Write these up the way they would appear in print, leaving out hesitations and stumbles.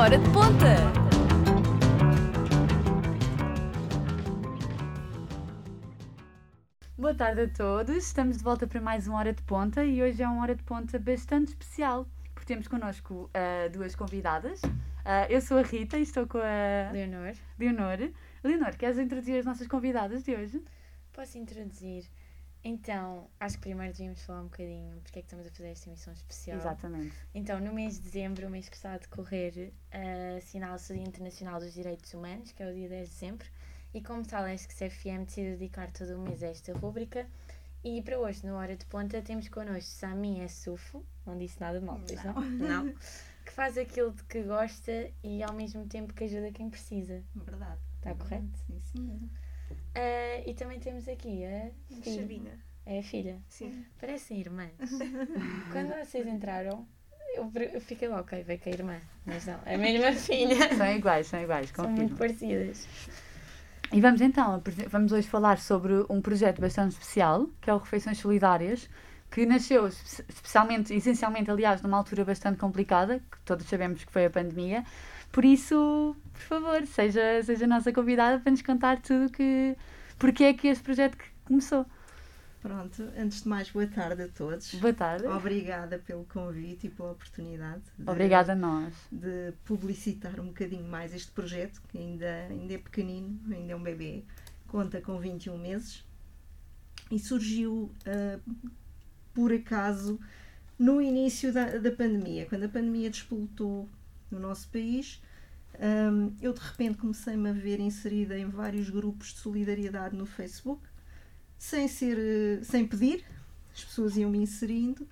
Hora de Ponta! Boa tarde a todos, estamos de volta para mais uma Hora de Ponta e hoje é uma Hora de Ponta bastante especial, porque temos connosco duas convidadas. Eu sou a Rita e estou com a Leonor. Leonor, queres introduzir as nossas convidadas de hoje? Posso introduzir? Então, acho que primeiro devíamos falar um bocadinho porque é que estamos a fazer esta emissão especial. Exatamente. Então, no mês de dezembro, o mês que está a decorrer, assinala-se o Dia Internacional dos Direitos Humanos, que é o dia 10 de dezembro, e como tal, a SXFM FM decide dedicar todo o mês a esta rúbrica. E para hoje, na Hora de Ponta, temos connosco Sami Sufo, não disse nada de mal, pois não? Não. Que faz aquilo de que gosta e ao mesmo tempo que ajuda quem precisa. Verdade. Está correto? Sim, senhora. E também temos aqui a filha. Sabina. É a filha? Sim. Parecem irmãs. Quando vocês entraram, eu fiquei logo, ok, veio com a irmã. Mas não, é a mesma filha. São iguais, São confirmo. muito parecidas. E vamos hoje falar sobre um projeto bastante especial, que é o Refeições Solidárias, que nasceu essencialmente, aliás, numa altura bastante complicada, que todos sabemos que foi a pandemia. Por isso, por favor, seja a nossa convidada para nos contar tudo porque é que este projeto começou. Pronto, antes de mais, boa tarde a todos. Boa tarde. Obrigada pelo convite e pela oportunidade Obrigada a nós. de publicitar um bocadinho mais este projeto, que ainda é pequenino, ainda é um bebê, conta com 21 meses e surgiu por acaso no início da pandemia, quando a pandemia despoletou no nosso país. Eu de repente comecei-me a ver inserida em vários grupos de solidariedade no Facebook, sem pedir, as pessoas iam-me inserindo,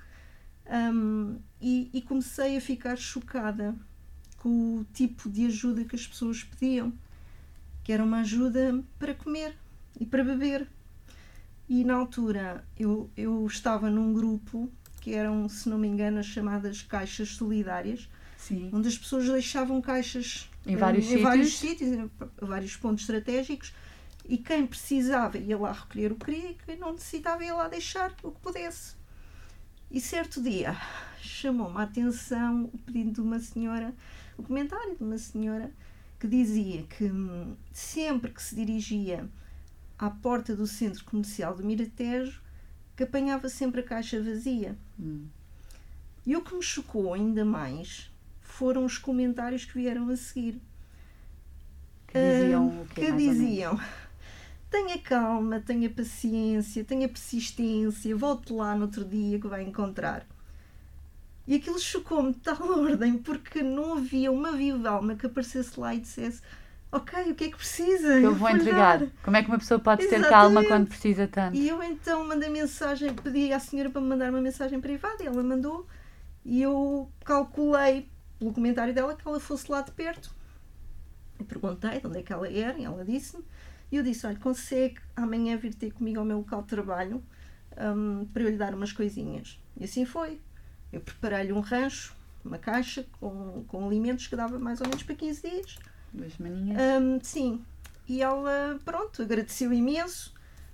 e comecei a ficar chocada com o tipo de ajuda que as pessoas pediam, que era uma ajuda para comer e para beber. E na altura eu estava num grupo que eram, se não me engano, as chamadas caixas solidárias. Sim. Onde as pessoas deixavam caixas em vários sítios, em vários pontos estratégicos, e quem precisava ia lá recolher o que queria e quem não necessitava ia lá deixar o que pudesse. E certo dia chamou-me a atenção o pedido de uma senhora, o comentário de uma senhora que dizia que sempre que se dirigia à porta do centro comercial do Miratejo, que apanhava sempre a caixa vazia. E o que me chocou ainda mais foram os comentários que vieram a seguir. Que diziam o quê? Que diziam: tenha calma, tenha paciência, tenha persistência, volte lá no outro dia que vai encontrar. E aquilo chocou-me de tal ordem, porque não havia uma viva alma que aparecesse lá e dissesse: ok, o que é que precisa? Que eu vou entregar. Como é que uma pessoa pode ter calma quando precisa tanto? E eu então mandei mensagem, pedi à senhora para me mandar uma mensagem privada e ela mandou, e eu calculei pelo comentário dela que ela fosse lá de perto. Eu perguntei de onde é que ela era e ela disse-me, e eu disse: olha, consegue amanhã vir ter comigo ao meu local de trabalho para eu lhe dar umas coisinhas? E assim foi. Eu preparei-lhe um rancho, uma caixa com alimentos que dava mais ou menos para 15 dias. 2 semaninhas. Sim. E ela, pronto, agradeceu imenso.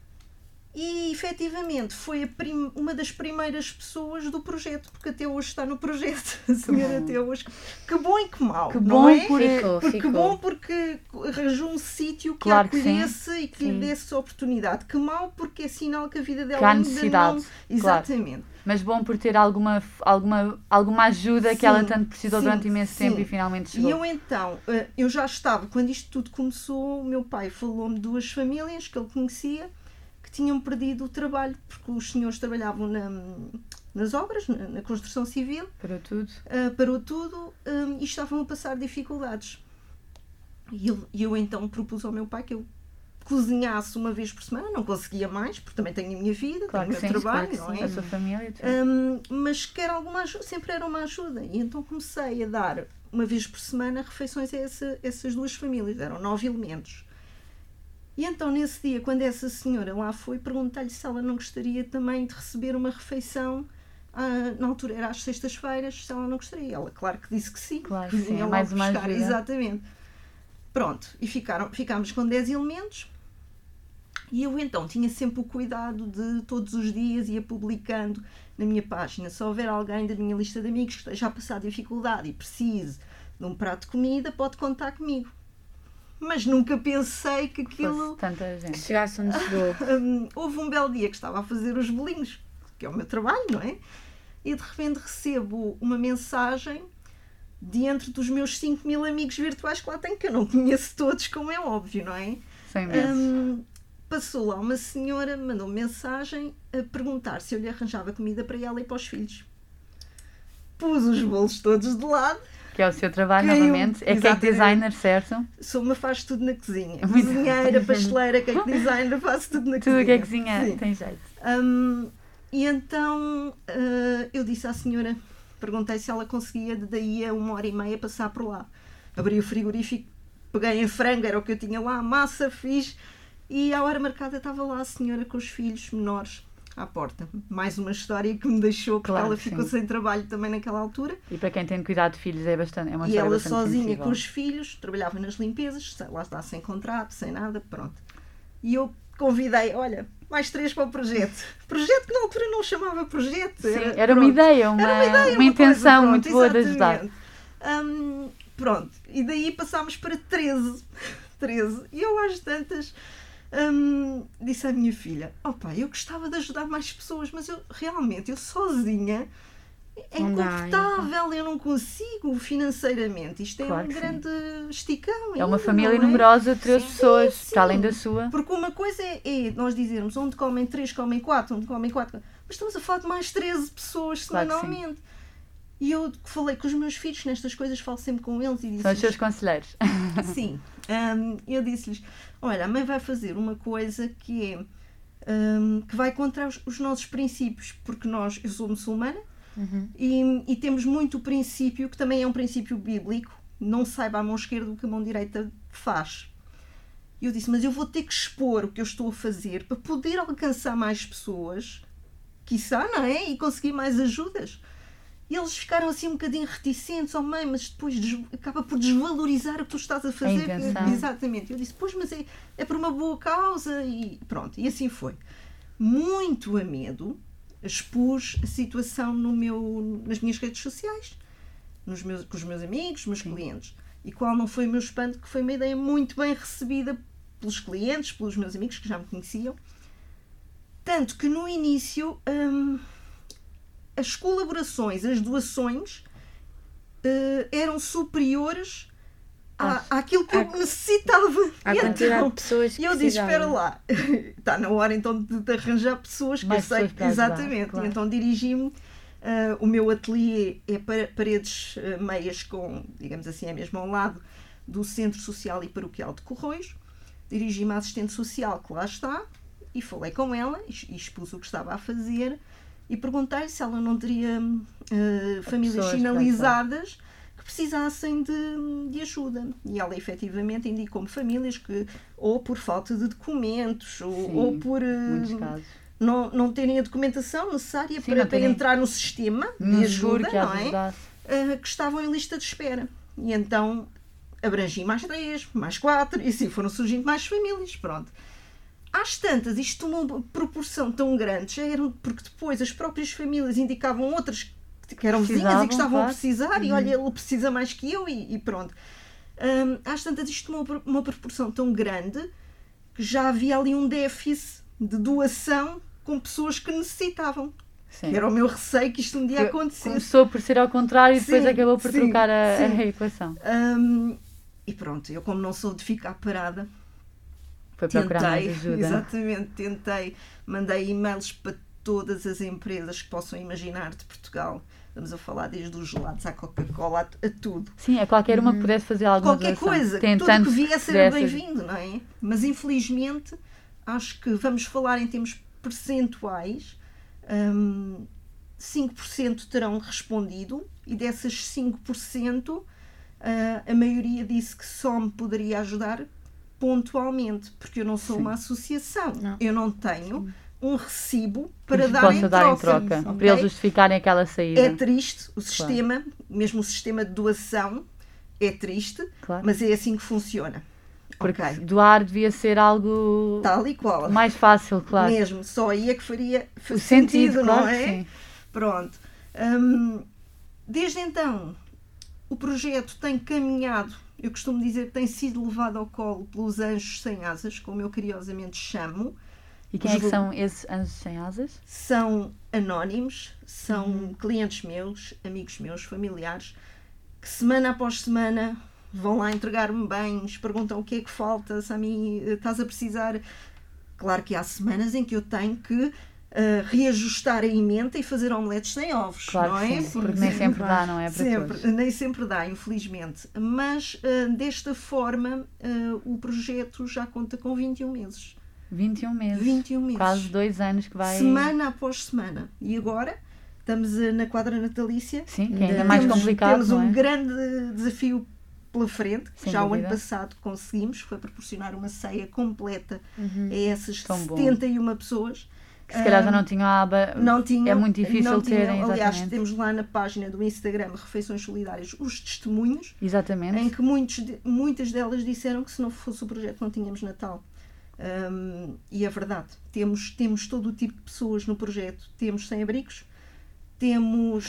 E efetivamente foi uma das primeiras pessoas do projeto, porque até hoje está no projeto, a senhora até hoje. Que bom e que mau, que não bom é? Ficou. Bom porque arranjou um sítio que claro a acolhesse e que lhe desse oportunidade. Que mau porque é sinal que a vida dela que há ainda necessidade. não... Exatamente. Claro. Mas bom por ter alguma ajuda que ela tanto precisou durante imenso tempo e finalmente chegou. E eu então, eu já estava, quando isto tudo começou, o meu pai falou-me de 2 famílias que ele conhecia, que tinham perdido o trabalho, porque os senhores trabalhavam nas obras, na construção civil. Parou tudo e estavam a passar dificuldades. E eu então propus ao meu pai que eu cozinhasse uma vez por semana, não conseguia mais, porque também tenho a minha vida, claro tenho o meu trabalho, claro não é? A sua família. Mas que era alguma ajuda, sempre era uma ajuda. E então comecei a dar, uma vez por semana, refeições a essas 2 famílias. Eram 9 elementos. E então, nesse dia, quando essa senhora lá foi, perguntei-lhe se ela não gostaria também de receber uma refeição. Na altura era às sextas-feiras, se ela não gostaria. Ela, claro que disse que sim. Claro que sim, mais uma ajuda. Exatamente. Pronto, e ficámos com 10 elementos. E eu então tinha sempre o cuidado de todos os dias ia publicando na minha página, se houver alguém da minha lista de amigos que esteja a passar dificuldade e precise de um prato de comida, pode contar comigo. Mas nunca pensei que aquilo... Tanta gente. Que chegasse onde chegou. Houve um belo dia que estava a fazer os bolinhos, que é o meu trabalho, não é? E de repente recebo uma mensagem de entre dos meus 5.000 amigos virtuais que lá tenho, que eu não conheço todos, como é óbvio, não é? São imensos. Passou lá uma senhora, mandou-me mensagem a perguntar se eu lhe arranjava comida para ela e para os filhos. Pus os bolos todos de lado. Que é o seu trabalho, Caiu. novamente. É cake Exatamente. designer, certo? Sou uma faz tudo na cozinha. Cozinheira, pasteleira, cake designer, faço tudo na cozinha. Tudo que é cozinhar, Sim. tem jeito. E então eu disse à senhora, perguntei se ela conseguia daí a 1h30 passar por lá. Abri o frigorífico, peguei em frango, era o que eu tinha lá, massa, fiz, e à hora marcada estava lá a senhora com os filhos menores à porta. Mais uma história que me deixou, porque Claro, ela ficou sim. sem trabalho também naquela altura. E para quem tem cuidado de filhos é uma E história ela bastante sozinha sensível. com os filhos, trabalhava nas limpezas, lá está, sem contrato, sem nada, pronto. E eu convidei, olha, mais 3 para o projeto. Projeto que na altura não chamava projeto. Sim, era uma pronto. ideia, uma intenção coisa, muito pronto, boa de ajudar. exatamente. Pronto, e daí passámos para 13. E eu às tantas disse à minha filha, opa, eu gostava de ajudar mais pessoas, mas eu sozinha é Não dá, incomportável, eu não consigo financeiramente. Isto é Claro um que sim. grande esticão. É uma ainda, família não é? numerosa de 13 pessoas, sim. para além da sua. Porque uma coisa é nós dizermos onde comem 3, comem 4, onde comem 4, mas estamos a falar de mais 13 pessoas Claro que sim. semanalmente. E eu falei com os meus filhos nestas coisas, falo sempre com eles e disse São os seus conselheiros. sim, eu disse-lhes, olha, a mãe vai fazer uma coisa que é que vai contra os nossos princípios, porque eu sou muçulmana, e temos muito o princípio, que também é um princípio bíblico, não saiba a mão esquerda o que a mão direita faz. E eu disse, mas eu vou ter que expor o que eu estou a fazer para poder alcançar mais pessoas, quiçá, não é? E conseguir mais ajudas. E eles ficaram assim um bocadinho reticentes, oh mãe, mas depois acaba por desvalorizar o que tu estás a fazer. intenção. Exatamente. Eu disse, pois, mas é por uma boa causa e pronto. E assim foi. Muito a medo, expus a situação nas minhas redes sociais, com os meus amigos, meus clientes. E qual não foi o meu espanto, que foi uma ideia muito bem recebida pelos clientes, pelos meus amigos que já me conheciam. Tanto que no início as colaborações, as doações eram superiores àquilo que eu necessitava. À quantidade de pessoas que E eu disse, espera precisavam. lá, está na hora então de arranjar pessoas que Mais eu sei. pessoas para ajudar, Exatamente. claro. E então dirigi-me. O meu ateliê é paredes meias com, digamos assim, é mesmo ao lado do Centro Social e Paroquial de Corroios. Dirigi-me à assistente social que lá está e falei com ela e expus o que estava a fazer e perguntei se ela não teria famílias pessoas sinalizadas que precisassem de ajuda. E ela efetivamente indicou-me famílias que ou por falta de documentos ou por Muitos casos. não terem a documentação necessária Sim, não para terem entrar no sistema No de seguro ajuda, que há não de é? ajudar. Que estavam em lista de espera. E então abrangi mais 3, mais 4 e assim foram surgindo mais famílias, pronto. Às tantas, isto tomou uma proporção tão grande, já eram, porque depois as próprias famílias indicavam outras que eram vizinhas e que estavam a precisar, e olha, ele precisa mais que eu, e pronto. Às tantas, isto tomou uma proporção tão grande que já havia ali um déficit de doação com pessoas que necessitavam. Sim. Que era o meu receio que isto um dia acontecesse. Começou por ser ao contrário e depois Sim, acabou por sim, trocar sim. a equação. E pronto, eu como não sou de ficar parada, Foi procurar mais ajuda. Exatamente, mandei e-mails para todas as empresas que possam imaginar de Portugal. Estamos a falar desde os gelados à Coca-Cola, a tudo. Sim, a qualquer uma que pudesse fazer alguma Qualquer doação. coisa, tudo Tentando que viesse que era pudesse- bem-vindo, não é? Mas infelizmente, acho que vamos falar em termos percentuais, 5% terão respondido e dessas 5%, a maioria disse que só me poderia ajudar pontualmente, porque eu não sou Sim. uma associação, Não. eu não tenho um recibo para que dar possa em dar em troca. troca. ok? Para eles justificarem aquela saída. É triste, o sistema, mesmo o sistema de doação, é triste, Claro. mas é assim que funciona. Porque Ok. doar devia ser algo Tal e qual. mais fácil, claro. Mesmo, só aí é que faria O sentido, claro não que é? sim. Pronto. Desde então, O projeto tem caminhado, eu costumo dizer que tem sido levado ao colo pelos anjos sem asas, como eu carinhosamente chamo. E quem é que são esses anjos sem asas? São anónimos, são clientes meus, amigos meus, familiares, que semana após semana vão lá entregar-me bens, perguntam o que é que falta, se a mim estás a precisar. Claro que há semanas em que eu tenho que reajustar a emenda e fazer omeletes sem ovos, claro, não é? Sim, porque nem sempre dá, não é? Para todos. Nem sempre dá, infelizmente. Mas desta forma o projeto já conta com 21 meses. 21 meses. 21 meses. Quase 2 anos que vai... Semana após semana. E agora estamos na quadra natalícia. Sim, que é ainda mais complicado, temos não é? um grande desafio pela frente. Sem já dúvida. o ano passado conseguimos, foi proporcionar uma ceia completa a essas Tão bom. 71 pessoas. Que se calhar já não tinham a aba, Não tinham, é muito difícil não tinham. terem, Aliás, exatamente. temos lá na página do Instagram Refeições Solidárias os testemunhos, Exatamente. em que muitas delas disseram que se não fosse o projeto não tínhamos Natal. E é verdade, temos todo o tipo de pessoas no projeto, temos sem-abrigos, temos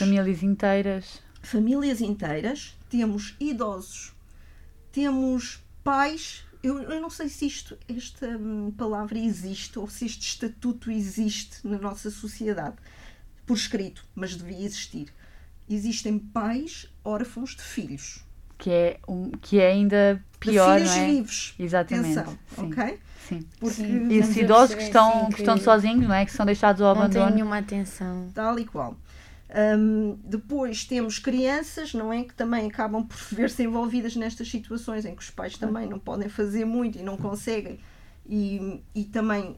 Famílias inteiras, temos idosos, temos pais. Eu não sei se esta palavra existe ou se este estatuto existe na nossa sociedade por escrito, mas devia existir. Existem pais órfãos de filhos. Que é ainda pior, de filhos não é? vivos. Exatamente. Atenção, Sim. ok? Sim. Porque Sim. E esses idosos que estão sozinhos, não é? Que são deixados ao Não abandono. têm nenhuma atenção. tal e qual. Depois temos crianças, não é? Que também acabam por ver-se envolvidas nestas situações em que os pais também não podem fazer muito e não conseguem e também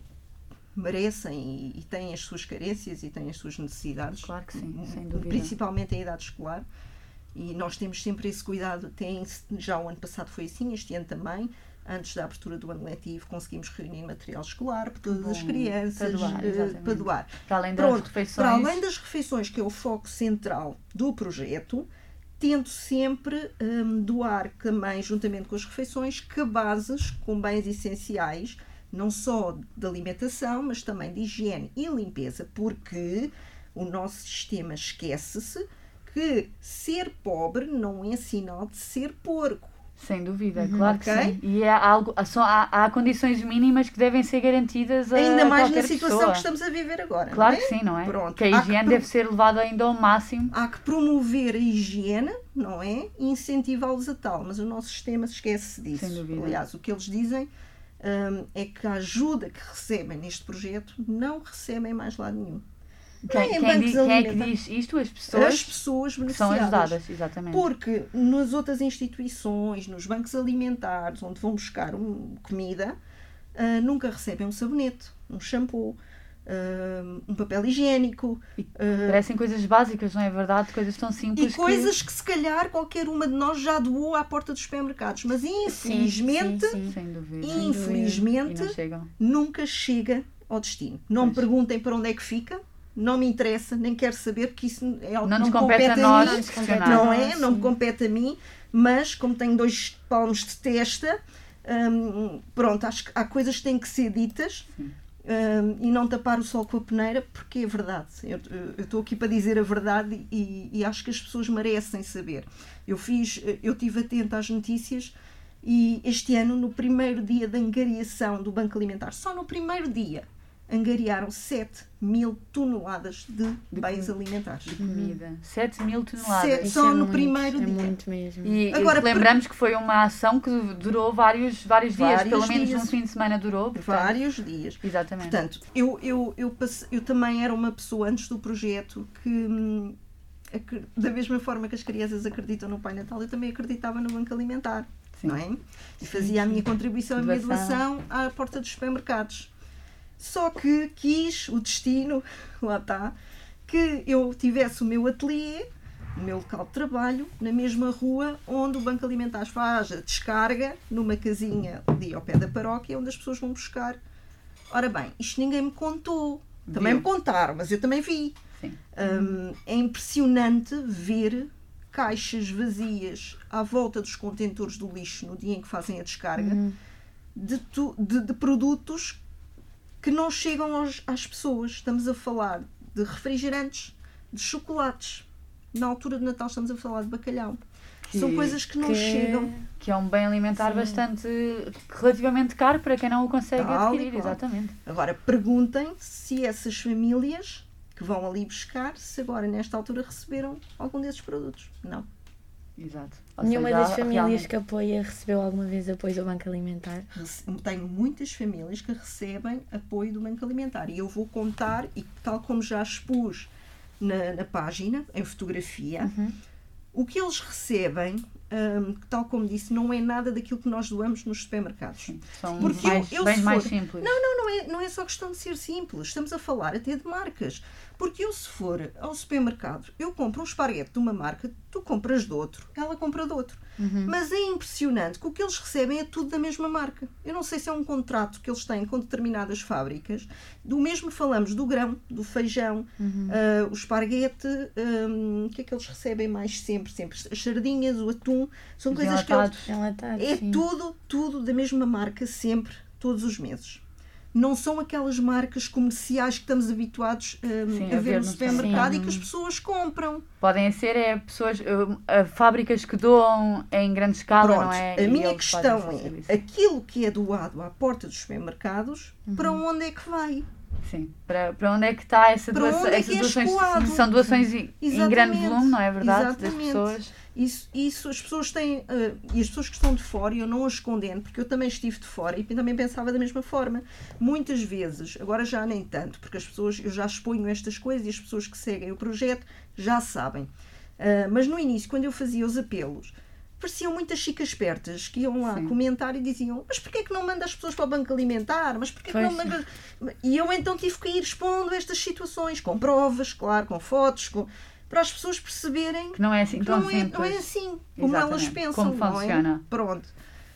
merecem e têm as suas carências e têm as suas necessidades. Claro que sim, sem dúvida. Principalmente em idade escolar. E nós temos sempre esse cuidado. Já o ano passado foi assim, este ano também. Antes da abertura do ano letivo, conseguimos reunir material escolar para todas as crianças, para doar. Para além das refeições. Para além das refeições, que é o foco central do projeto, tento sempre doar também, juntamente com as refeições, cabazes com bens essenciais, não só de alimentação, mas também de higiene e limpeza, porque o nosso sistema esquece-se que ser pobre não é sinal de ser porco. Sem dúvida, claro ok? que sim. E há condições mínimas que devem ser garantidas a ainda mais na qualquer situação pessoa. que estamos a viver agora. Claro não é? que sim, não é? Pronto. Que a higiene deve ser levada ainda ao máximo. Há que promover a higiene, não é? E incentivá-los a tal, mas o nosso sistema se esquece disso. Sem dúvida. Aliás, o que eles dizem é que a ajuda que recebem neste projeto não recebem mais lado nenhum. Quem é que diz isto? As pessoas beneficiadas. Que são ajudadas, exatamente. Porque nas outras instituições, nos bancos alimentares, onde vão buscar comida, nunca recebem um sabonete, um shampoo, um papel higiênico. Parecem coisas básicas, não é verdade? Coisas tão simples. E coisas que se calhar qualquer uma de nós já doou à porta dos supermercados. Mas infelizmente, Sem dúvida. Infelizmente, nunca chega ao destino. Não me perguntem para onde é que fica. Não me interessa, nem quero saber, porque isso é algo que não me compete a nós, mim, não é? Não me compete a mim, mas como tenho 2 palmos de testa, pronto, acho que há coisas que têm que ser ditas e não tapar o sol com a peneira, porque é verdade. Eu estou aqui para dizer a verdade e acho que as pessoas merecem saber. Eu estive atenta às notícias e este ano, no primeiro dia da angariação do Banco Alimentar, só no primeiro dia, angariaram 7.000 toneladas de bens alimentares. De comida. 7.000 toneladas. Só no primeiro dia. É muito mesmo. E agora, lembramos que foi uma ação que durou vários dias. Pelo menos um fim de semana durou. Portanto, vários dias. Exatamente. Portanto, eu também era uma pessoa antes do projeto que, da mesma forma que as crianças acreditam no Pai Natal, eu também acreditava no Banco Alimentar. Sim. Não é? E fazia a minha contribuição, a minha doação à porta dos supermercados. Só que quis o destino, lá está, que eu tivesse o meu ateliê, o meu local de trabalho, na mesma rua onde o Banco Alimentar faz a descarga, numa casinha ali ao pé da paróquia, onde as pessoas vão buscar. Ora bem, isto ninguém me contou. Também me contaram, mas eu também vi. É impressionante ver caixas vazias à volta dos contentores do lixo no dia em que fazem a descarga de produtos que não chegam às pessoas. Estamos a falar de refrigerantes, de chocolates. Na altura de Natal estamos a falar de bacalhau. São coisas que não chegam. Que é um bem alimentar bastante, relativamente caro para quem não o consegue adquirir, exatamente. Agora, perguntem se essas famílias que vão ali buscar, se agora nesta altura receberam algum desses produtos. Não. Exato. Nenhuma das famílias que apoia recebeu alguma vez apoio do Banco Alimentar? Tenho muitas famílias que recebem apoio do Banco Alimentar e eu vou contar, e tal como já expus na página, em fotografia, o que eles recebem, tal como disse, não é nada daquilo que nós doamos nos supermercados. Sim, são bens mais simples. Não é só questão de ser simples. Estamos a falar até de marcas. Porque eu, se for ao supermercado, eu compro um esparguete de uma marca, tu compras de outro, ela compra de outro. Mas é impressionante que o que eles recebem é tudo da mesma marca. Eu não sei se é um contrato que eles têm com determinadas fábricas. Do mesmo falamos do grão, do feijão, o esparguete, o que é que eles recebem mais sempre? As sardinhas, o atum, são os coisas enlatados. que eles... É tudo da mesma marca sempre, todos os meses. Não são aquelas marcas comerciais que estamos habituados a ver no supermercado e que as pessoas compram. Podem ser pessoas, fábricas que doam em grande escala, não é? A minha questão é aquilo que é doado à porta dos supermercados, para onde é que vai? Sim, para onde é que está essa doação? Essas doações são doações em grande volume, não é verdade? Das pessoas. Isso as pessoas têm, e as pessoas que estão de fora, e eu não as condeno, porque eu também estive de fora e também pensava da mesma forma. Muitas vezes, agora já nem tanto, porque as pessoas, eu já exponho estas coisas e as pessoas que seguem o projeto já sabem. Mas no início, quando eu fazia os apelos, pareciam muitas chicas espertas que iam lá comentar e diziam: mas porquê é que não manda as pessoas para o Banco Alimentar? Mas porquê que não manda... E eu então tive que ir expondo estas situações, com provas, claro, com fotos, para as pessoas perceberem que não é assim tão simples. Não é assim como elas pensam. Como funciona. Pronto.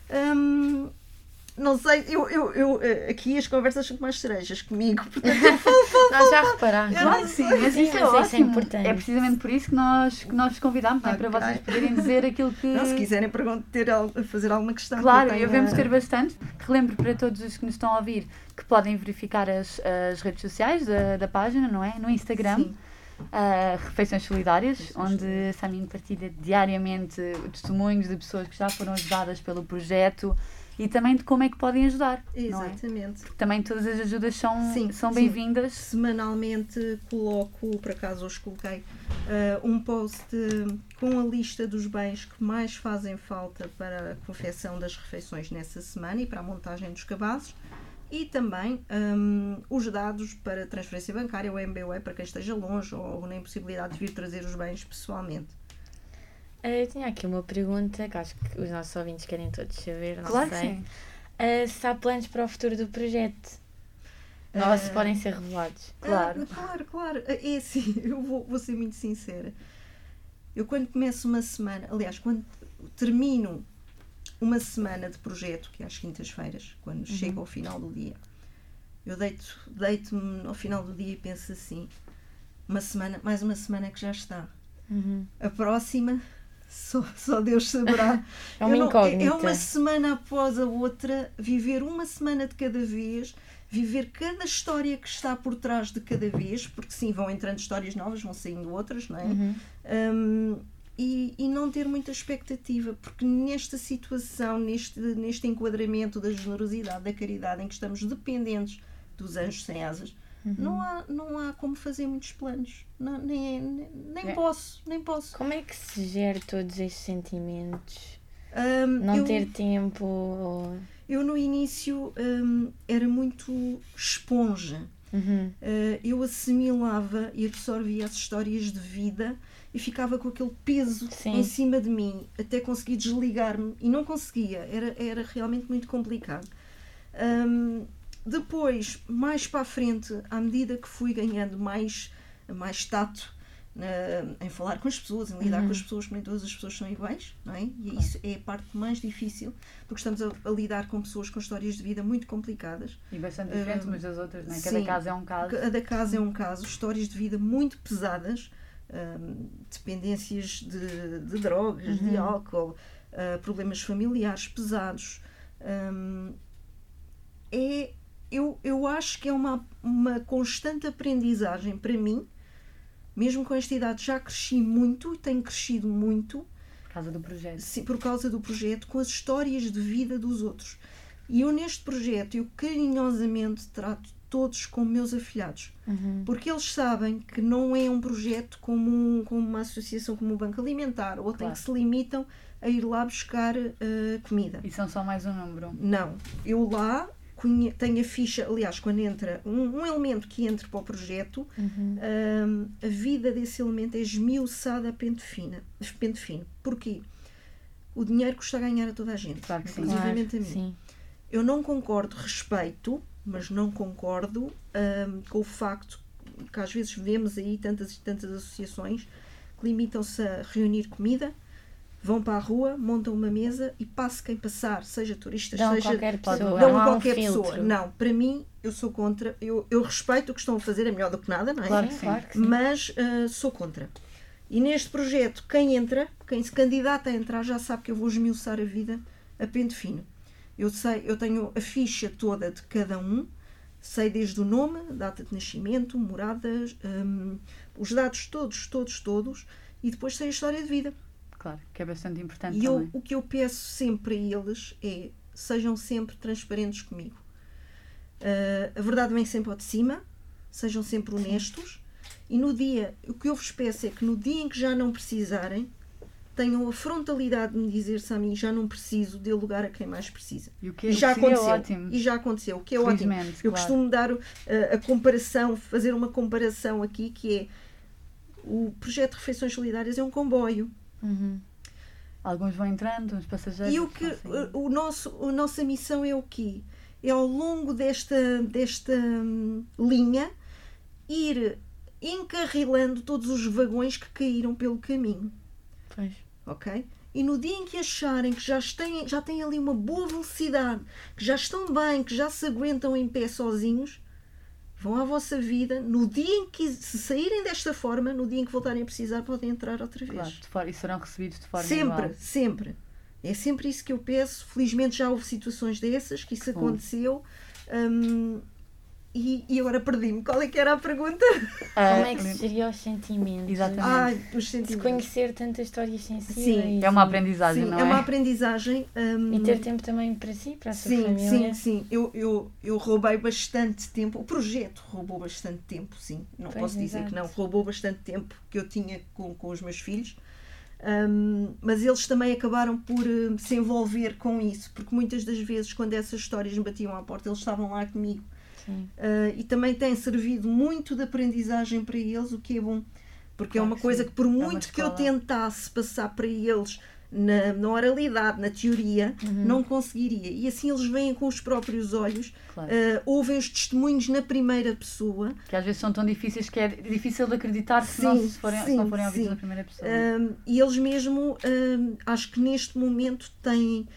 Não sei, eu aqui as conversas são mais cerejas comigo, portanto eu falo. Nós já reparámos. Claro, sim, mas isso é ótimo. É importante. É precisamente por isso que nós vos convidamos, não é? Para vocês poderem dizer aquilo que... Não, se quiserem fazer alguma questão. Claro, eu vamos ter bastante. Relembro para todos os que nos estão a ouvir que podem verificar as redes sociais da página, não é? No Instagram. Sim. Refeições Solidárias, onde a Samine partilha diariamente testemunhos de pessoas que já foram ajudadas pelo projeto e também de como é que podem ajudar. Exatamente. Não é? Porque também todas as ajudas são bem-vindas. Semanalmente coloco, por acaso hoje coloquei, um post com a lista dos bens que mais fazem falta para a confecção das refeições nessa semana e para a montagem dos cabazes. E também os dados para transferência bancária, o MBWay, para quem esteja longe ou na impossibilidade de vir trazer os bens pessoalmente. Eu tinha aqui uma pergunta que acho que os nossos ouvintes querem todos saber, não claro sei. Que sim. Se há planos para o futuro do projeto? Ou se podem ser revelados? Claro. Claro. É assim, eu vou ser muito sincera. Eu quando começo uma semana, aliás, quando termino uma semana de projeto, que é às quintas-feiras, quando chego ao final do dia, eu deito-me ao final do dia e penso assim: mais uma semana que já está. A próxima, só Deus saberá. É uma incógnita. É uma semana após a outra, viver uma semana de cada vez, viver cada história que está por trás de cada vez, porque sim, vão entrando histórias novas, vão saindo outras, não é? E não ter muita expectativa, porque nesta situação, neste enquadramento da generosidade, da caridade, em que estamos dependentes dos anjos sem asas, não há como fazer muitos planos. Nem posso. Como é que se gera todos estes sentimentos? Ter tempo? Eu no início era muito esponja. Eu assimilava e absorvia as histórias de vida e ficava com aquele peso em cima de mim até conseguir desligar-me e não conseguia, era realmente muito complicado. Depois, mais para a frente, à medida que fui ganhando mais tato em falar com as pessoas, em lidar com as pessoas, nem todas as pessoas são iguais, não é? E isso é a parte mais difícil, porque estamos a lidar com pessoas com histórias de vida muito complicadas. E bastante diferentes umas das outras, não é? Cada caso é um caso. Cada caso é um caso, histórias de vida muito pesadas, dependências de drogas, de álcool, problemas familiares pesados. Eu acho que é uma constante aprendizagem para mim. Mesmo com esta idade já cresci muito e tenho crescido muito, Por causa do projeto. Sim, por causa do projeto, com as histórias de vida dos outros. E eu neste projeto, eu carinhosamente trato todos como meus afilhados. Porque eles sabem que não é um projeto como uma associação como o Banco Alimentar, ou tem que se limitam a ir lá buscar comida. E são só mais um número? Não. Eu lá tenho a ficha, aliás, quando entra um elemento que entra para o projeto, a vida desse elemento é esmiuçada a pente fino. Porquê? O dinheiro custa a ganhar a toda a gente, claro que sim. inclusivamente a mim. Sim. Eu não concordo, respeito, mas não concordo com o facto que às vezes vemos aí tantas e tantas associações que limitam-se a reunir comida, vão para a rua, montam uma mesa e passe quem passar, seja turistas, Dão seja qualquer pessoa. dão Não há qualquer filtro. pessoa. Não, para mim, eu sou contra. Eu respeito o que estão a fazer, é melhor do que nada, não é? Claro que sim. Claro que sim. Mas sou contra. E neste projeto, quem se candidata a entrar já sabe que eu vou esmiuçar a vida a pente fino. Eu tenho a ficha toda de cada um, sei desde o nome, data de nascimento, moradas, os dados todos, e depois sei a história de vida. Claro, que é bastante importante E também. o que eu peço sempre a eles é, sejam sempre transparentes comigo. A verdade vem sempre ao de cima, sejam sempre honestos, e o que eu vos peço é que no dia em que já não precisarem, tenham a frontalidade de me dizer, Sami, já não preciso, dê lugar a quem mais precisa. E o que E já seria aconteceu. ótimo. E já aconteceu, o que é ótimo. Felizmente, Eu claro. costumo dar a comparação, fazer uma comparação aqui, que é o projeto de Refeições Solidárias é um comboio. Alguns vão entrando, uns passageiros. E a nossa missão é o quê? É ao longo desta linha ir encarrilando todos os vagões que caíram pelo caminho. Pois. Ok? E no dia em que acharem que já têm ali uma boa velocidade, que já estão bem, que já se aguentam em pé sozinhos, vão à vossa vida. No dia em que se saírem desta forma, no dia em que voltarem a precisar, podem entrar outra vez. Claro, e serão recebidos de forma Sempre, igual. sempre. É sempre isso que eu peço. Felizmente já houve situações dessas, que isso aconteceu. E agora perdi-me. Qual é que era a pergunta? Como é que se geria os sentimentos? Exatamente. Os De sentimentos. conhecer tantas histórias sensíveis. Sim. É uma aprendizagem, Sim, não é uma aprendizagem. E ter tempo também para si, para a sua família. Sim. Eu roubei bastante tempo. O projeto roubou bastante tempo, sim. Não Pois, posso dizer exato. que não. Roubou bastante tempo que eu tinha com os meus filhos. Mas eles também acabaram por se envolver com isso, porque muitas das vezes, quando essas histórias me batiam à porta, eles estavam lá comigo. E também tem servido muito de aprendizagem para eles, o que é bom, porque é uma coisa que, por muito que eu tentasse passar para eles na oralidade, na teoria, não conseguiria. E assim eles veem com os próprios olhos, Claro. ouvem os testemunhos na primeira pessoa. Que às vezes são tão difíceis que é difícil de acreditar se não forem ouvidos na primeira pessoa. E eles mesmo, acho que neste momento têm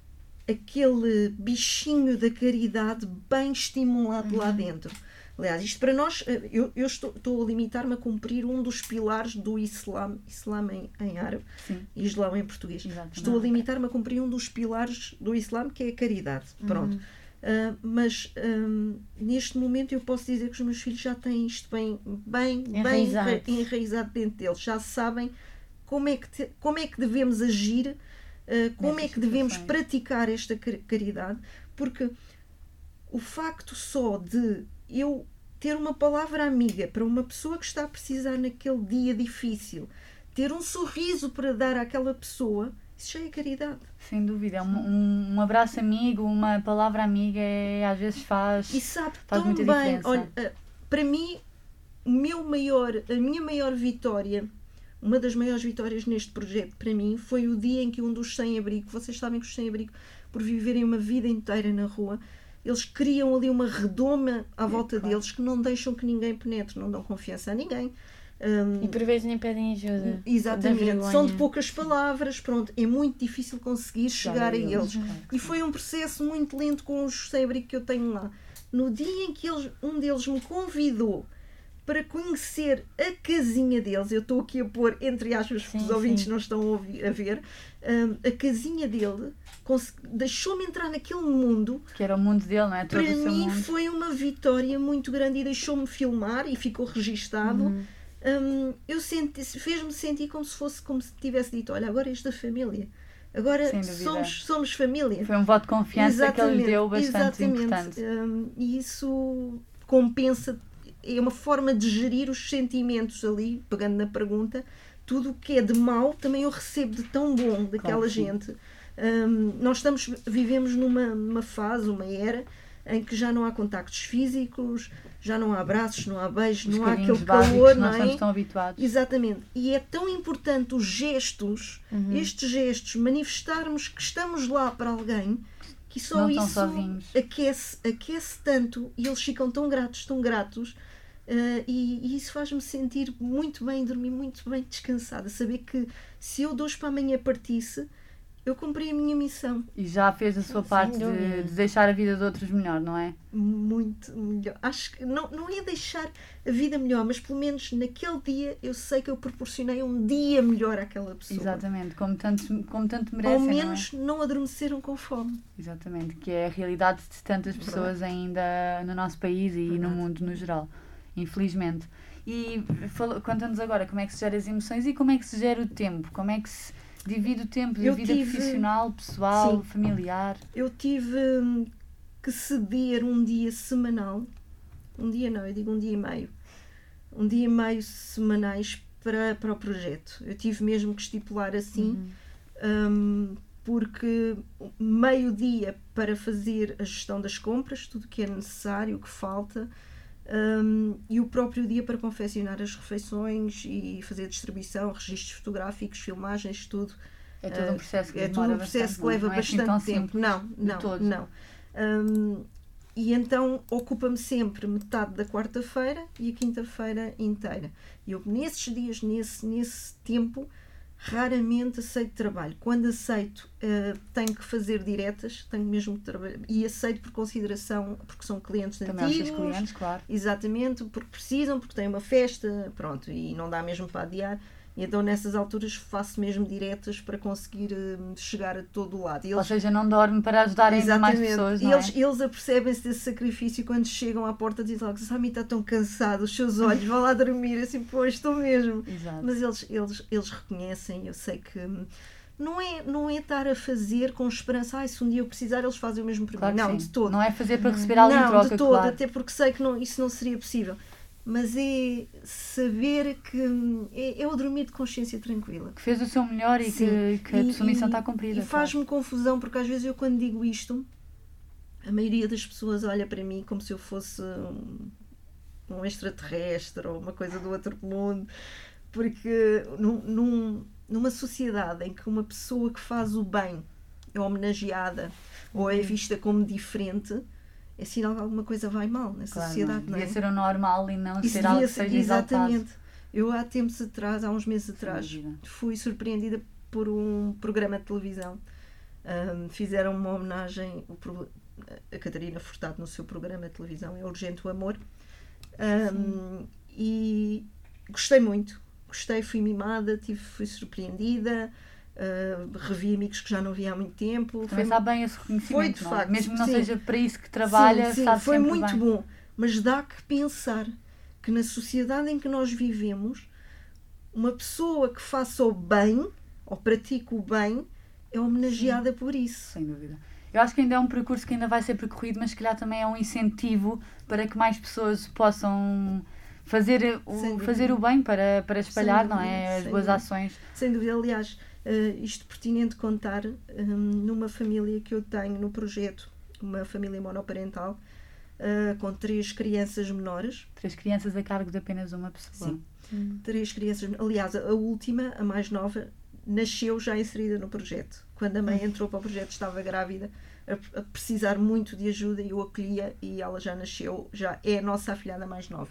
aquele bichinho da caridade bem estimulado lá dentro. Aliás, isto para nós, eu estou a limitar-me a cumprir um dos pilares do Islã em árabe, e Islão em português. Exatamente. Estou a limitar-me a cumprir um dos pilares do Islã, que é a caridade. Pronto. Mas neste momento eu posso dizer que os meus filhos já têm isto bem enraizado dentro deles. Já sabem como é que devemos agir, como é que devemos praticar esta caridade, porque o facto só de eu ter uma palavra amiga para uma pessoa que está a precisar naquele dia difícil, ter um sorriso para dar àquela pessoa, isso já é caridade. Sem dúvida, um abraço amigo, uma palavra amiga, às vezes faz muita diferença. Olha, para mim, a minha maior vitória, uma das maiores vitórias neste projeto para mim, foi o dia em que um dos sem-abrigo, vocês sabem que os sem-abrigo, por viverem uma vida inteira na rua, eles criam ali uma redoma à volta deles que não deixam que ninguém penetre, não dão confiança a ninguém. E por vezes nem pedem ajuda. Exatamente, são de poucas palavras, pronto, é muito difícil conseguir chegar a eles. E foi um processo muito lento com os sem-abrigo que eu tenho lá. No dia em que um deles me convidou para conhecer a casinha deles, eu estou aqui a pôr entre aspas, porque os ouvintes não estão a ver, a casinha dele, deixou-me entrar naquele mundo. Que era o mundo dele, não é? Para mim foi uma vitória muito grande e deixou-me filmar e ficou registado. fez-me sentir como se tivesse dito, olha, agora esta família, agora somos família. Foi um voto de confiança que ele deu bastante importante. E isso compensa, é uma forma de gerir os sentimentos ali, pegando na pergunta, tudo o que é de mau também eu recebo de tão bom daquela gente. Nós vivemos numa fase, uma era, em que já não há contactos físicos, já não há abraços, não há beijos, não há aquele calor, não é? Nós estamos tão habituados. Exatamente. E é tão importante os gestos, estes gestos, manifestarmos que estamos lá para alguém, que só não isso aquece tanto, e eles ficam tão gratos, e isso faz-me sentir muito bem, dormir muito bem, descansada, saber que se eu de hoje para amanhã partisse, eu cumpri a minha missão. E já fez a sua parte de deixar a vida de outros melhor, não é? Muito melhor. Acho que não é deixar a vida melhor, mas pelo menos naquele dia eu sei que eu proporcionei um dia melhor àquela pessoa. Exatamente, como tanto merecem. Ao menos não adormeceram com fome. Exatamente, que é a realidade de tantas pessoas ainda no nosso país e no mundo no geral, infelizmente. E conta-nos agora como é que se gera as emoções e como é que se gera o tempo, como é que se divide o tempo de vida profissional, pessoal, familiar. Eu tive que ceder um dia semanal, um dia não, eu digo um dia e meio semanais para o projeto. Eu tive mesmo que estipular assim, porque meio dia para fazer a gestão das compras, tudo o que é necessário, o que falta, e o próprio dia para confeccionar as refeições e fazer a distribuição, registros fotográficos, filmagens, tudo. É todo um processo que leva bastante tempo. Não. E então ocupa-me sempre metade da quarta-feira e a quinta-feira inteira. E eu nesses dias, nesse tempo, raramente aceito trabalho. Quando aceito, tenho que fazer diretas, tenho mesmo que trabalhar, e aceito por consideração, porque são clientes também antigos. Também clientes, claro. Exatamente, porque precisam, porque têm uma festa, pronto, e não dá mesmo para adiar. E então nessas alturas faço mesmo diretas para conseguir chegar a todo o lado. Ou seja, não dorme para ajudarem mais pessoas, não é? Eles apercebem-se desse sacrifício quando chegam à porta e dizem logo, Sami está tão cansado, os seus olhos, vá lá dormir, assim, pois, estou mesmo. Exato. Mas eles reconhecem, eu sei que não é estar a fazer com esperança, se um dia eu precisar eles fazem o mesmo para mim. Não, de todo. Não é fazer para receber algo em troca, de todo, claro. Até porque sei que isso não seria possível. Mas é saber que é o dormir de consciência tranquila. Que fez o seu melhor e que a sua missão está cumprida. E faz-me confusão, porque às vezes eu quando digo isto, a maioria das pessoas olha para mim como se eu fosse um extraterrestre ou uma coisa do outro mundo. Porque numa sociedade em que uma pessoa que faz o bem é homenageada ou é vista como diferente, é sinal que alguma coisa vai mal nessa sociedade, não é? Devia ser o normal e não ser algo que seja exaltado. Exatamente. Eu há tempos atrás, há uns meses atrás, fui surpreendida por um programa de televisão. Fizeram uma homenagem a Catarina Furtado no seu programa de televisão, É Urgente o Amor. E gostei muito. Fui mimada, fui surpreendida. Revi amigos que já não via há muito tempo. Também sabe bem esse reconhecimento, foi de facto, mesmo que não seja para isso que trabalha, sabe foi sempre muito bem. bom, mas dá que pensar que na sociedade em que nós vivemos, uma pessoa que faça o bem ou pratique o bem é homenageada por isso. Sem dúvida. Eu acho que ainda é um percurso que ainda vai ser percorrido, mas se calhar também é um incentivo para que mais pessoas possam fazer o bem para espalhar, não é? As boas ações. Sem dúvida, aliás, isto pertinente contar numa família que eu tenho no projeto, uma família monoparental, com 3 crianças menores. 3 crianças a cargo de apenas uma pessoa. Sim. 3 crianças, aliás, a última, a mais nova, nasceu já inserida no projeto. Quando a mãe entrou para o projeto estava grávida, a precisar muito de ajuda, e eu acolhia, e ela já nasceu, já é a nossa afilhada mais nova.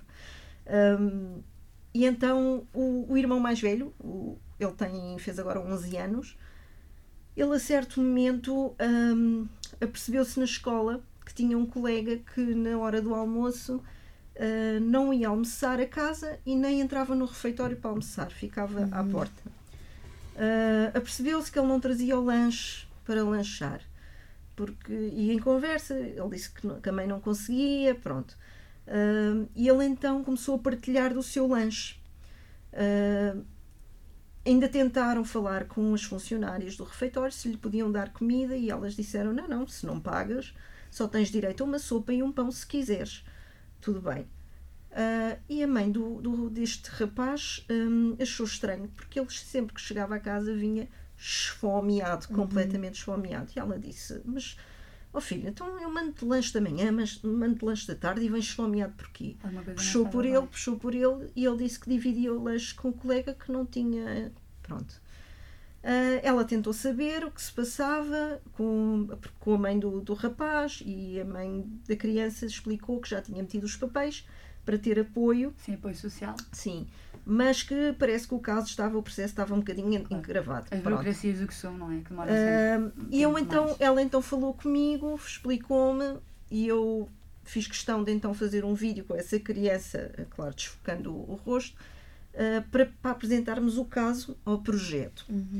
E então o irmão mais velho, ele fez agora 11 anos, ele a certo momento apercebeu-se na escola que tinha um colega que na hora do almoço não ia almoçar a casa e nem entrava no refeitório para almoçar, ficava à porta. Apercebeu-se que ele não trazia o lanche para lanchar, e em conversa ele disse que a mãe não conseguia, pronto. E ele então começou a partilhar do seu lanche. Ainda tentaram falar com as funcionárias do refeitório se lhe podiam dar comida e elas disseram, não, se não pagas, só tens direito a uma sopa e um pão se quiseres. Tudo bem. E a mãe deste rapaz achou estranho, porque ele sempre que chegava a casa vinha esfomeado, completamente esfomeado. E ela disse, mas, filho, então eu mando-te lanche da manhã, mas mando-te lanche da tarde e vens esfomeado porquê? Puxou por ele e ele disse que dividia o lanche com um colega que não tinha... Pronto. Ela tentou saber o que se passava com a mãe do rapaz e a mãe da criança explicou que já tinha metido os papéis para ter apoio. Sim, apoio social. Sim, mas que parece que o processo estava um bocadinho engravado. As burocracias do que são, não é? Que demora sempre e ela então falou comigo, explicou-me e eu fiz questão de então fazer um vídeo com essa criança, claro, desfocando o rosto, para apresentarmos o caso ao projeto.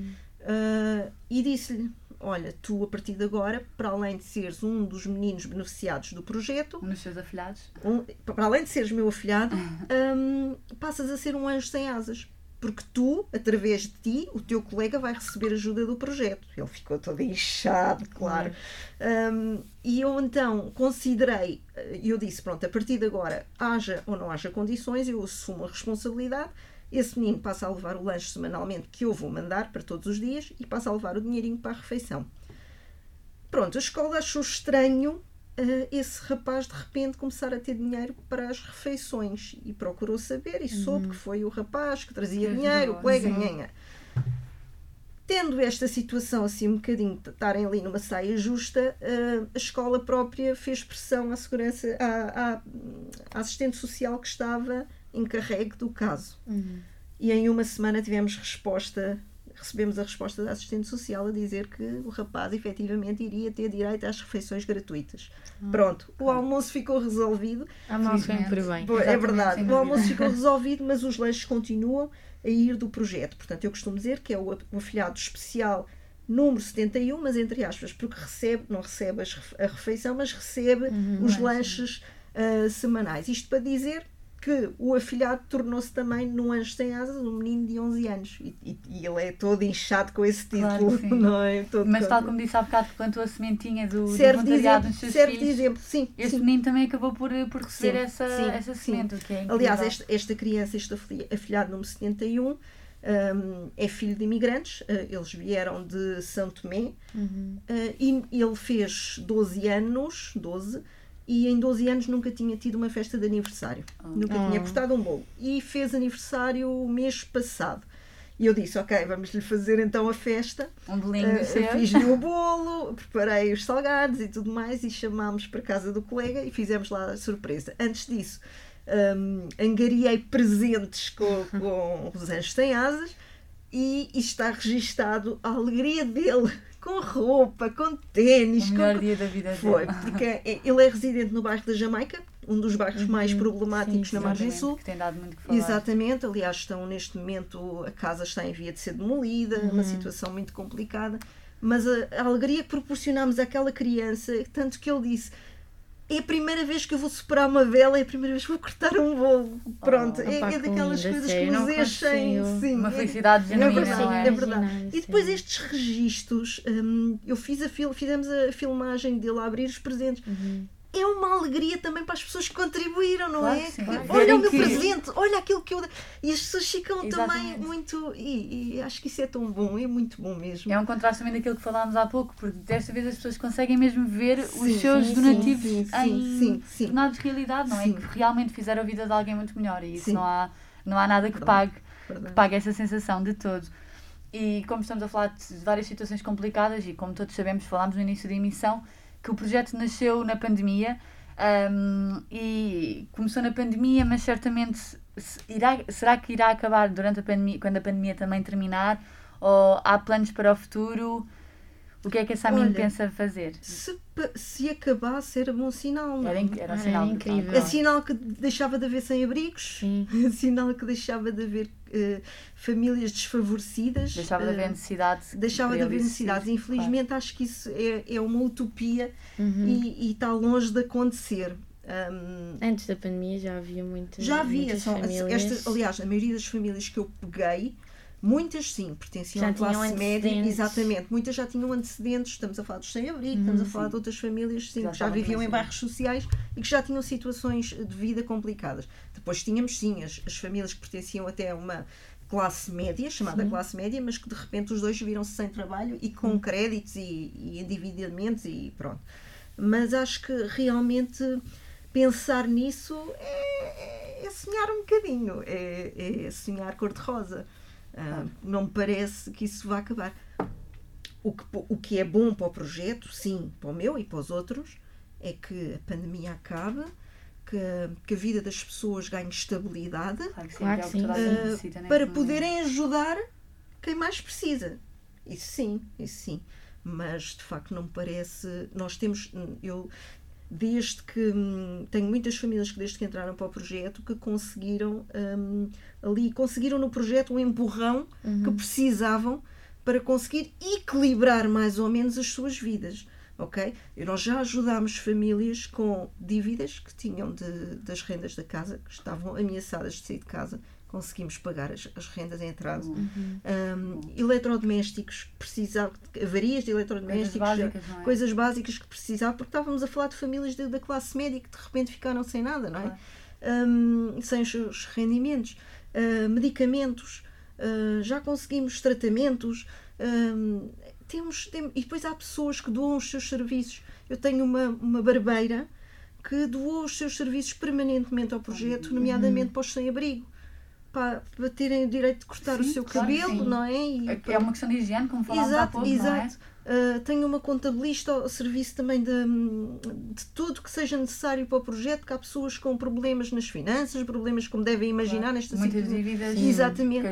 E disse-lhe, olha, tu a partir de agora, para além de seres um dos meninos beneficiados do projeto, um dos seus afilhados, para além de seres meu afilhado, passas a ser um anjo sem asas, porque tu, através de ti, o teu colega vai receber ajuda do projeto. Ele ficou todo inchado, claro. E eu então considerei, eu disse, pronto, a partir de agora, haja ou não haja condições, eu assumo a responsabilidade. Esse menino passa a levar o lanche semanalmente que eu vou mandar para todos os dias e passa a levar o dinheirinho para a refeição. Pronto, a escola achou estranho esse rapaz de repente começar a ter dinheiro para as refeições e procurou saber e soube que foi o rapaz que trazia dinheiro, o colega, nhanha. Tendo esta situação assim um bocadinho, estarem ali numa saia justa, a escola própria fez pressão à segurança, à assistente social que estava encarregue do caso. E em uma semana recebemos a resposta da assistente social a dizer que o rapaz efetivamente iria ter direito às refeições gratuitas. Pronto, o almoço ficou resolvido. A mão sempre bem. É verdade, o almoço ficou resolvido, mas os lanches continuam a ir do projeto. Portanto, eu costumo dizer que é o afilhado especial número 71, mas entre aspas, porque não recebe a refeição, mas recebe os lanches semanais. Isto para dizer que o afilhado tornou-se também num anjo sem asas, um menino de 11 anos. E ele é todo inchado com esse título, claro, não é? Mas tal como disse há bocado que plantou a sementinha do voluntariado nos seus filhos, de exemplo, sim. Este menino também acabou por receber essa semente, o que é incrível. Aliás, esta criança, este afilhado número 71, é filho de imigrantes, eles vieram de São Tomé, e ele fez 12 anos, e em 12 anos nunca tinha tido uma festa de aniversário. Nunca tinha cortado um bolo. E fez aniversário o mês passado. E eu disse, ok, vamos lhe fazer então a festa. Um bolinho fiz-lhe o bolo, preparei os salgados e tudo mais e chamámos para a casa do colega e fizemos lá a surpresa. Antes disso, angariei presentes com os anjos sem asas e está registado a alegria dele com roupa, com ténis. O melhor dia da vida dele. Foi, porque ele é residente no bairro da Jamaica, um dos bairros mais problemáticos na Margem Sul. Que tem dado muito que falar. Exatamente, aliás, neste momento a casa está em via de ser demolida, uma situação muito complicada, mas a alegria que proporcionámos àquela criança, tanto que ele disse, é a primeira vez que eu vou superar uma vela, é a primeira vez que vou cortar um bolo. Pronto, é daquelas coisas que nos enchem. Uma felicidade genuína, não é? É verdade. E depois estes registros, fizemos a filmagem dele a abrir os presentes. É uma alegria também para as pessoas que contribuíram, não claro, é? Sim. Olha o meu presente, olha aquilo que eu... E as pessoas ficam exatamente. Também muito... E acho que isso é tão bom, é muito bom mesmo. É um contraste também daquilo que falámos há pouco, porque desta vez as pessoas conseguem mesmo ver os seus donativos em tornados realidade, não é? Que realmente fizeram a vida de alguém muito melhor e isso não há nada que pague essa sensação de todo. E como estamos a falar de várias situações complicadas e como todos sabemos, falámos no início da emissão, que o projeto nasceu na pandemia e começou na pandemia, mas certamente será que irá acabar durante a pandemia, quando a pandemia também terminar? Ou há planos para o futuro? O que é que a Samin pensa fazer? Se acabasse era bom sinal, não? Era um sinal incrível. É sinal que deixava de haver sem-abrigos, é sinal que deixava de haver famílias desfavorecidas. Deixava de haver necessidades. Deixava de haver necessidades. Infelizmente acho que isso é uma utopia e está longe de acontecer. Antes da pandemia já havia muitas muitas famílias. aliás, a maioria das famílias que eu peguei, muitas sim, pertenciam Já à classe tinham média, antecedentes. exatamente, muitas já tinham antecedentes, estamos a falar dos sem-abrigo, estamos a falar de outras famílias sim, Já que já estavam viviam em também, bairros sociais e que já tinham situações de vida complicadas. Depois tínhamos sim as famílias que pertenciam até a uma classe média, chamada classe média, mas que de repente os dois viram-se sem trabalho e com créditos e endividamentos e pronto. Mas acho que realmente pensar nisso é sonhar um bocadinho, é sonhar cor-de-rosa. Não me parece que isso vá acabar. O que é bom para o projeto, sim, para o meu e para os outros, é que a pandemia acabe, que a vida das pessoas ganhe estabilidade, Claro que sim, que é o que toda a gente necessita neste para momento. poderem ajudar quem mais precisa. Isso sim. Mas de facto não me parece. Nós temos. Desde que tenho muitas famílias que desde que entraram para o projeto que conseguiram no projeto um empurrão que precisavam para conseguir equilibrar mais ou menos as suas vidas, ok? E nós já ajudámos famílias com dívidas que tinham das rendas da casa, que estavam ameaçadas de sair de casa, conseguimos pagar as rendas em atraso. Eletrodomésticos que precisavam, avarias de eletrodomésticos, coisas básicas que precisavam, porque estávamos a falar de famílias da classe média que de repente ficaram sem nada, não é? Sem os seus rendimentos, medicamentos, já conseguimos tratamentos, e depois há pessoas que doam os seus serviços. Eu tenho uma barbeira que doou os seus serviços permanentemente ao projeto, nomeadamente para os sem-abrigo, para terem o direito de cortar o seu cabelo, não é? É uma questão de higiene, como falámos há pouco, exato. não é? Tenho uma contabilista ao serviço também de tudo que seja necessário para o projeto, que há pessoas com problemas nas finanças, problemas como devem imaginar nesta situação. Muitas dívidas, exatamente.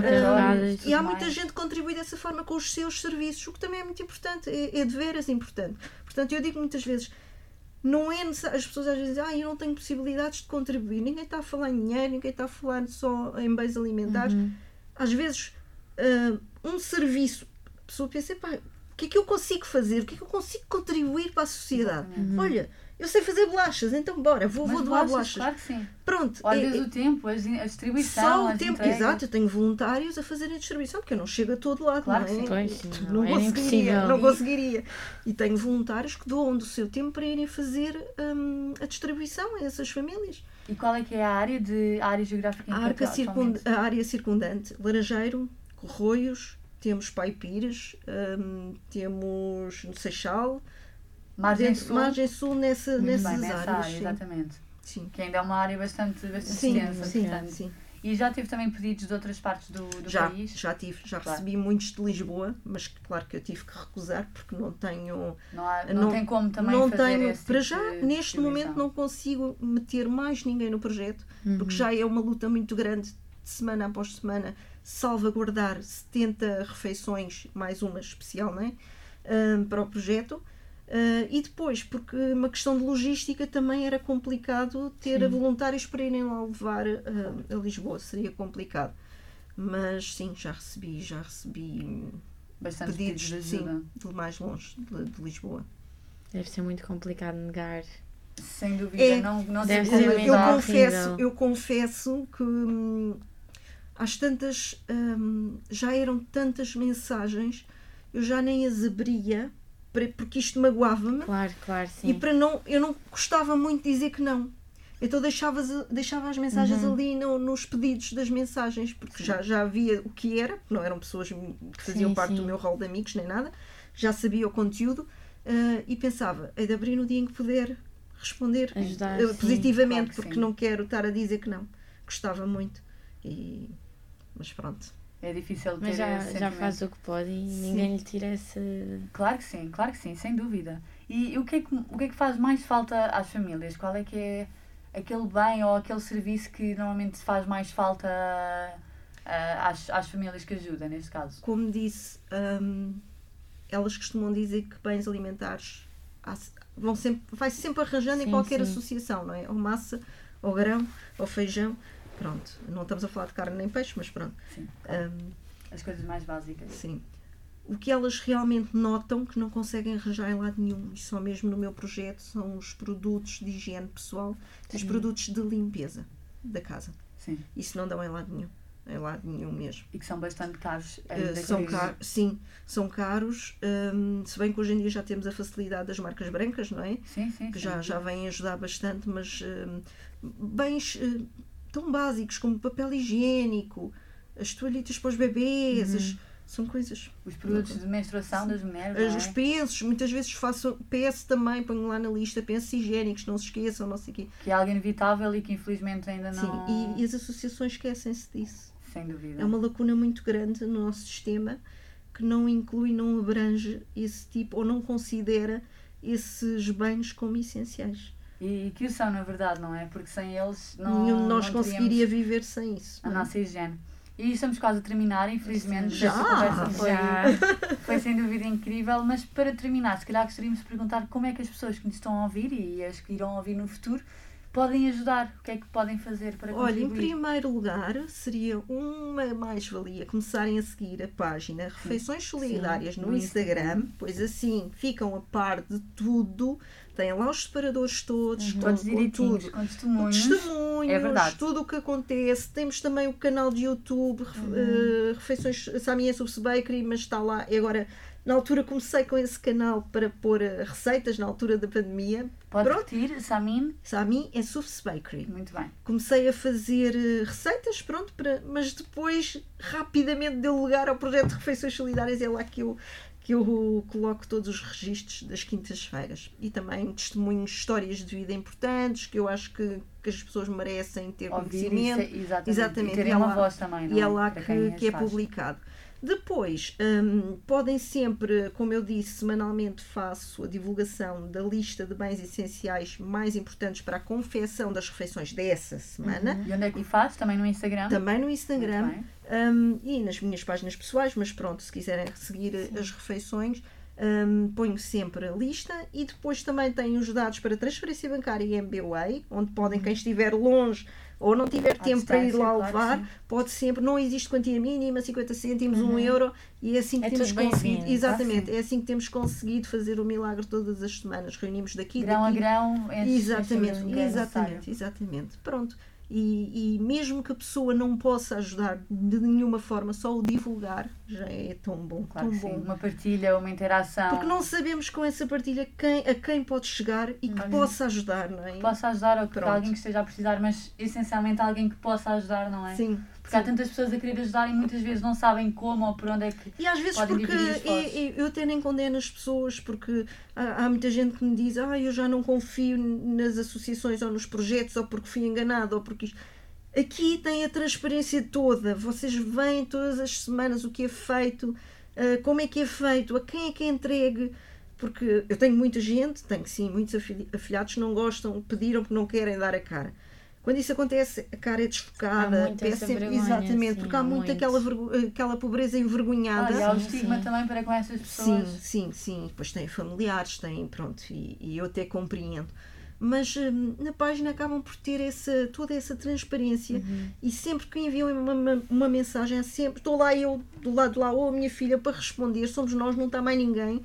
E há muita gente que contribui dessa forma com os seus serviços, o que também é muito importante, é de veras importante. Portanto, eu digo muitas vezes, não é necessário, as pessoas às vezes dizem, eu não tenho possibilidades de contribuir, ninguém está a falar em dinheiro, ninguém está a falar só em bens alimentares. Às vezes um serviço, a pessoa pensa, o que é que eu consigo fazer, o que é que eu consigo contribuir para a sociedade? Olha, eu sei fazer bolachas, então bora, vou doar bolachas. Claro que sim. Pronto. Ou às vezes o tempo, a distribuição, só o as tempo, entregas. exato, eu tenho voluntários a fazerem a distribuição, porque eu não chego a todo lado, Claro não é? que sim. Pois, Não conseguiria. E tenho voluntários que doam do seu tempo para irem fazer a distribuição a essas famílias. E qual é que é a área geográfica em A área circundante, Laranjeiro, Corroios, temos Paipires, temos no Seixal, Margem Sul, nessas nessa áreas. área, exatamente. Sim. Que ainda é uma área bastante extensa. Sim. E já tive também pedidos de outras partes do país? Já recebi muitos de Lisboa, mas claro que eu tive que recusar porque não tenho... Não tem como também fazer esse para tipo já, de neste momento, não consigo meter mais ninguém no projeto, porque já é uma luta muito grande, de semana após semana, salvaguardar 70 refeições, mais uma especial, não é? Para o projeto. E depois, porque uma questão de logística também era complicado ter voluntários para irem lá levar a Lisboa, seria complicado. Mas sim, já recebi bastante pedidos de ajuda. de mais longe, de Lisboa. Deve ser muito complicado negar. Sem dúvida, não deve sei ser como eu confesso que às tantas já eram tantas mensagens, eu já nem as abria, porque isto magoava-me. Claro, sim. E eu não gostava muito de dizer que não. Então deixava as mensagens ali nos pedidos das mensagens, porque já via o que era, não eram pessoas que faziam parte do meu rol de amigos nem nada, já sabia o conteúdo e pensava, hei de abrir no dia em que puder responder ajudar, positivamente, claro porque não quero estar a dizer que não. Gostava muito. Mas pronto. É difícil ter mas já sentimento. faz o que pode e ninguém lhe tira esse... Claro que sim, sem dúvida. E o que é que faz mais falta às famílias? Qual é que é aquele bem ou aquele serviço que normalmente faz mais falta às famílias que ajudam, neste caso? Como disse, elas costumam dizer que bens alimentares vai sempre arranjando em qualquer associação, não é? Ou massa, ou grão, ou feijão. Pronto, não estamos a falar de carne nem peixe, mas pronto. Sim, as coisas mais básicas. Sim. o que elas realmente notam que não conseguem arranjar em lado nenhum, e só mesmo no meu projeto, são os produtos de higiene pessoal, os produtos de limpeza da casa. Sim. Isso não dão em lado nenhum mesmo. E que são bastante caros. Sim, são caros, se bem que hoje em dia já temos a facilidade das marcas brancas, não é? Sim. Que já vêm ajudar bastante, mas bens tão básicos como papel higiênico, as toalhitas para os bebês, são coisas... Os produtos de menstruação das mulheres, Os pensos, muitas vezes faço penso também, ponho lá na lista, pensos higiênicos, não se esqueçam, não sei o quê. Que é algo inevitável e que infelizmente ainda não... Sim, e as associações esquecem-se disso. Sem dúvida. É uma lacuna muito grande no nosso sistema que não inclui, não abrange esse tipo, ou não considera esses bens como essenciais. E que o são, na verdade, não é? Porque sem eles nenhum de nós não conseguiria viver sem isso. A nossa higiene. E estamos quase a terminar, infelizmente. Já! Esta conversa foi sem dúvida incrível, mas para terminar, se calhar gostaríamos de perguntar como é que as pessoas que nos estão a ouvir e as que irão ouvir no futuro podem ajudar, o que é que podem fazer para contribuir? Olha, em primeiro lugar, seria uma mais-valia começarem a seguir a página Refeições Solidárias no Instagram, pois assim ficam a par de tudo, têm lá os separadores todos, todos direitinhos, com testemunhos, é verdade. Tudo o que acontece. Temos também o canal de YouTube, Refeições Samin Subs Bakery, mas está lá, e agora... Na altura comecei com esse canal para pôr receitas, na altura da pandemia. Pode repetir, Samin? Samin Subs Bakery. Muito bem. Comecei a fazer receitas, mas depois rapidamente deu lugar ao projeto de Refeições Solidárias. É lá que eu coloco todos os registros das quintas-feiras. E também testemunhos, histórias de vida importantes, que eu acho que as pessoas merecem ter conhecimento. Exatamente. E terem uma voz também, não é? E é lá que é publicado. Depois, podem sempre, como eu disse, semanalmente faço a divulgação da lista de bens essenciais mais importantes para a confecção das refeições dessa semana. E onde é que o faz? Também no Instagram? Também no Instagram. E nas minhas páginas pessoais, mas pronto, se quiserem seguir as refeições, ponho sempre a lista. E depois também tenho os dados para transferência bancária e MBWay, onde podem, quem estiver longe ou não tiver tempo para ir lá levar, pode sempre, não existe quantia mínima, 50 cêntimos, 1 euro, e é assim que temos conseguido. Exatamente, é assim que temos conseguido fazer o milagre todas as semanas. Reunimos daqui, grão a grão, exatamente. Pronto. E mesmo que a pessoa não possa ajudar de nenhuma forma, só o divulgar já é tão bom. Claro tão que bom. Sim. Uma partilha, uma interação. Porque não sabemos com essa partilha a quem pode chegar e que possa ajudar, não é? Que possa ajudar, ou que alguém que esteja a precisar, mas essencialmente alguém que possa ajudar, não é? Sim. Porque há tantas pessoas a querer ajudar e muitas vezes não sabem como ou por onde é que. E às vezes porque eu até nem condeno as pessoas, porque há muita gente que me diz: eu já não confio nas associações ou nos projetos, ou porque fui enganado, ou porque isto. Aqui tem a transparência toda, vocês veem todas as semanas o que é feito, como é que é feito, a quem é que é entregue. Porque eu tenho muita gente, muitos afiliados que não gostam, pediram porque não querem dar a cara. Quando isso acontece, a cara é desfocada. Há muito essa vergonha, exatamente, sim, porque há muito aquela pobreza envergonhada. E há o estigma também para com essas pessoas. Sim. Depois têm familiares, pronto, e eu até compreendo. Mas na página acabam por ter toda essa transparência. E sempre que enviam uma mensagem, estou lá eu, do lado de lá, ou a minha filha, para responder. Somos nós, não está mais ninguém.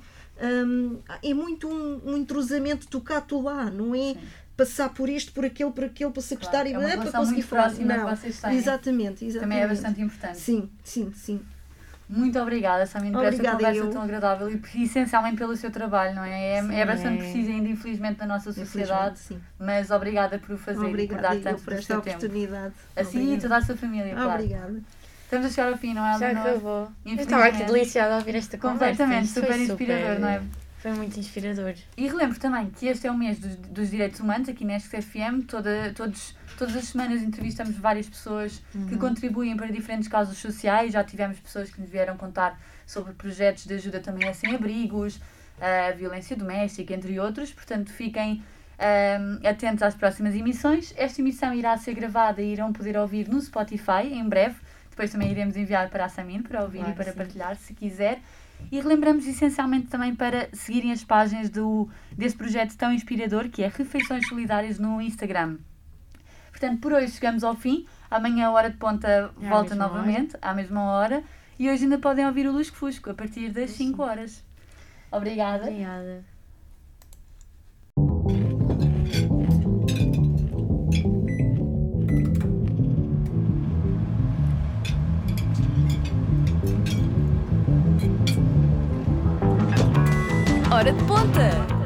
É muito um entrosamento, tu cá, tu lá, não é? Sim. Passar por isto, por aquele, para secretário, claro, é uma para conseguir falar. Próxima que vocês têm. Exatamente. Também é bastante importante. Sim. Muito obrigada, Samin, por esta conversa tão agradável e essencialmente pelo seu trabalho, não é? É bastante preciso ainda, infelizmente, na nossa sociedade, mas obrigada por o fazer e por dar tanto do seu tempo. Assim e toda a sua família, claro. Obrigada. Estamos a chegar ao fim, não é? Já acabou. Eu estava aqui deliciada a ouvir esta conversa. Completamente, super inspirador, não é? Foi muito inspirador. E relembro também que este é o mês dos direitos humanos aqui na SCFM. Todas as semanas entrevistamos várias pessoas que contribuem para diferentes causas sociais. Já tivemos pessoas que nos vieram contar sobre projetos de ajuda também a sem-abrigos, a violência doméstica, entre outros. Portanto, fiquem atentos às próximas emissões. Esta emissão irá ser gravada e irão poder ouvir no Spotify em breve. Depois também iremos enviar para a Samin para ouvir e para partilhar, se quiser. E relembramos essencialmente também para seguirem as páginas desse projeto tão inspirador que é Refeições Solidárias no Instagram. Portanto, por hoje chegamos ao fim. Amanhã a hora de ponta volta novamente, à mesma hora. e hoje ainda podem ouvir o Lusco Fusco a partir das 5 horas. Obrigada. Obrigada. Hora de ponta!